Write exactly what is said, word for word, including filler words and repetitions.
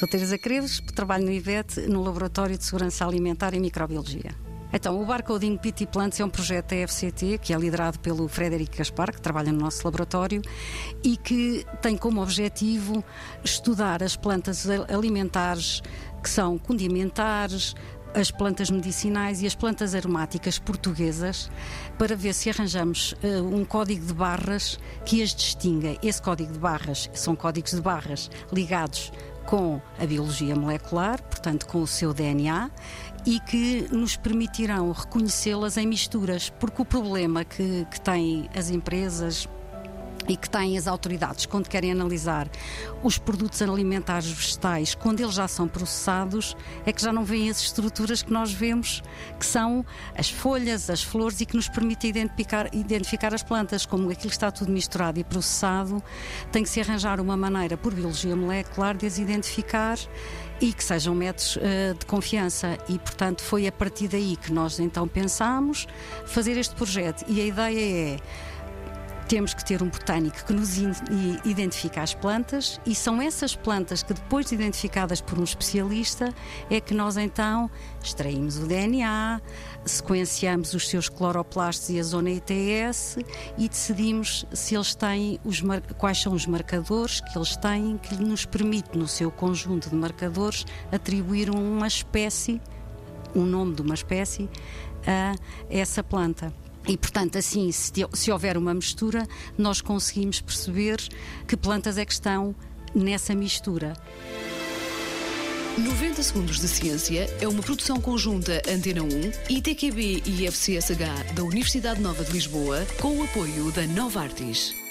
Sou Teresa Creves, trabalho no I V E T, no Laboratório de Segurança Alimentar e Microbiologia. Então, o Barcoding Pity Plants é um projeto da F C T, que é liderado pelo Frederico Gaspar, que trabalha no nosso laboratório, e que tem como objetivo estudar as plantas alimentares que são condimentares, as plantas medicinais e as plantas aromáticas portuguesas, para ver se arranjamos uh, um código de barras que as distinga. Esse código de barras são códigos de barras ligados com a biologia molecular, portanto com o seu D N A, e que nos permitirão reconhecê-las em misturas, porque o problema que, que têm as empresas e que têm as autoridades quando querem analisar os produtos alimentares vegetais, quando eles já são processados, é que já não veem as estruturas que nós vemos, que são as folhas, as flores, e que nos permitem identificar, identificar as plantas. Como aquilo está tudo misturado e processado, tem que se arranjar uma maneira, por biologia molecular, de as identificar e que sejam métodos uh, de confiança. E, portanto, foi a partir daí que nós então pensámos fazer este projeto. E a ideia é: temos que ter um botânico que nos identifica as plantas, e são essas plantas que, depois de identificadas por um especialista, é que nós então extraímos o D N A, sequenciamos os seus cloroplastos e a zona I T S e decidimos se eles têm os mar... quais são os marcadores que eles têm, que nos permite, no seu conjunto de marcadores, atribuir uma espécie, um nome de uma espécie, a essa planta. E, portanto, assim, se, se houver uma mistura, nós conseguimos perceber que plantas é que estão nessa mistura. noventa Segundos de Ciência é uma produção conjunta Antena um, I T Q B e F C S H da Universidade Nova de Lisboa, com o apoio da Novartis.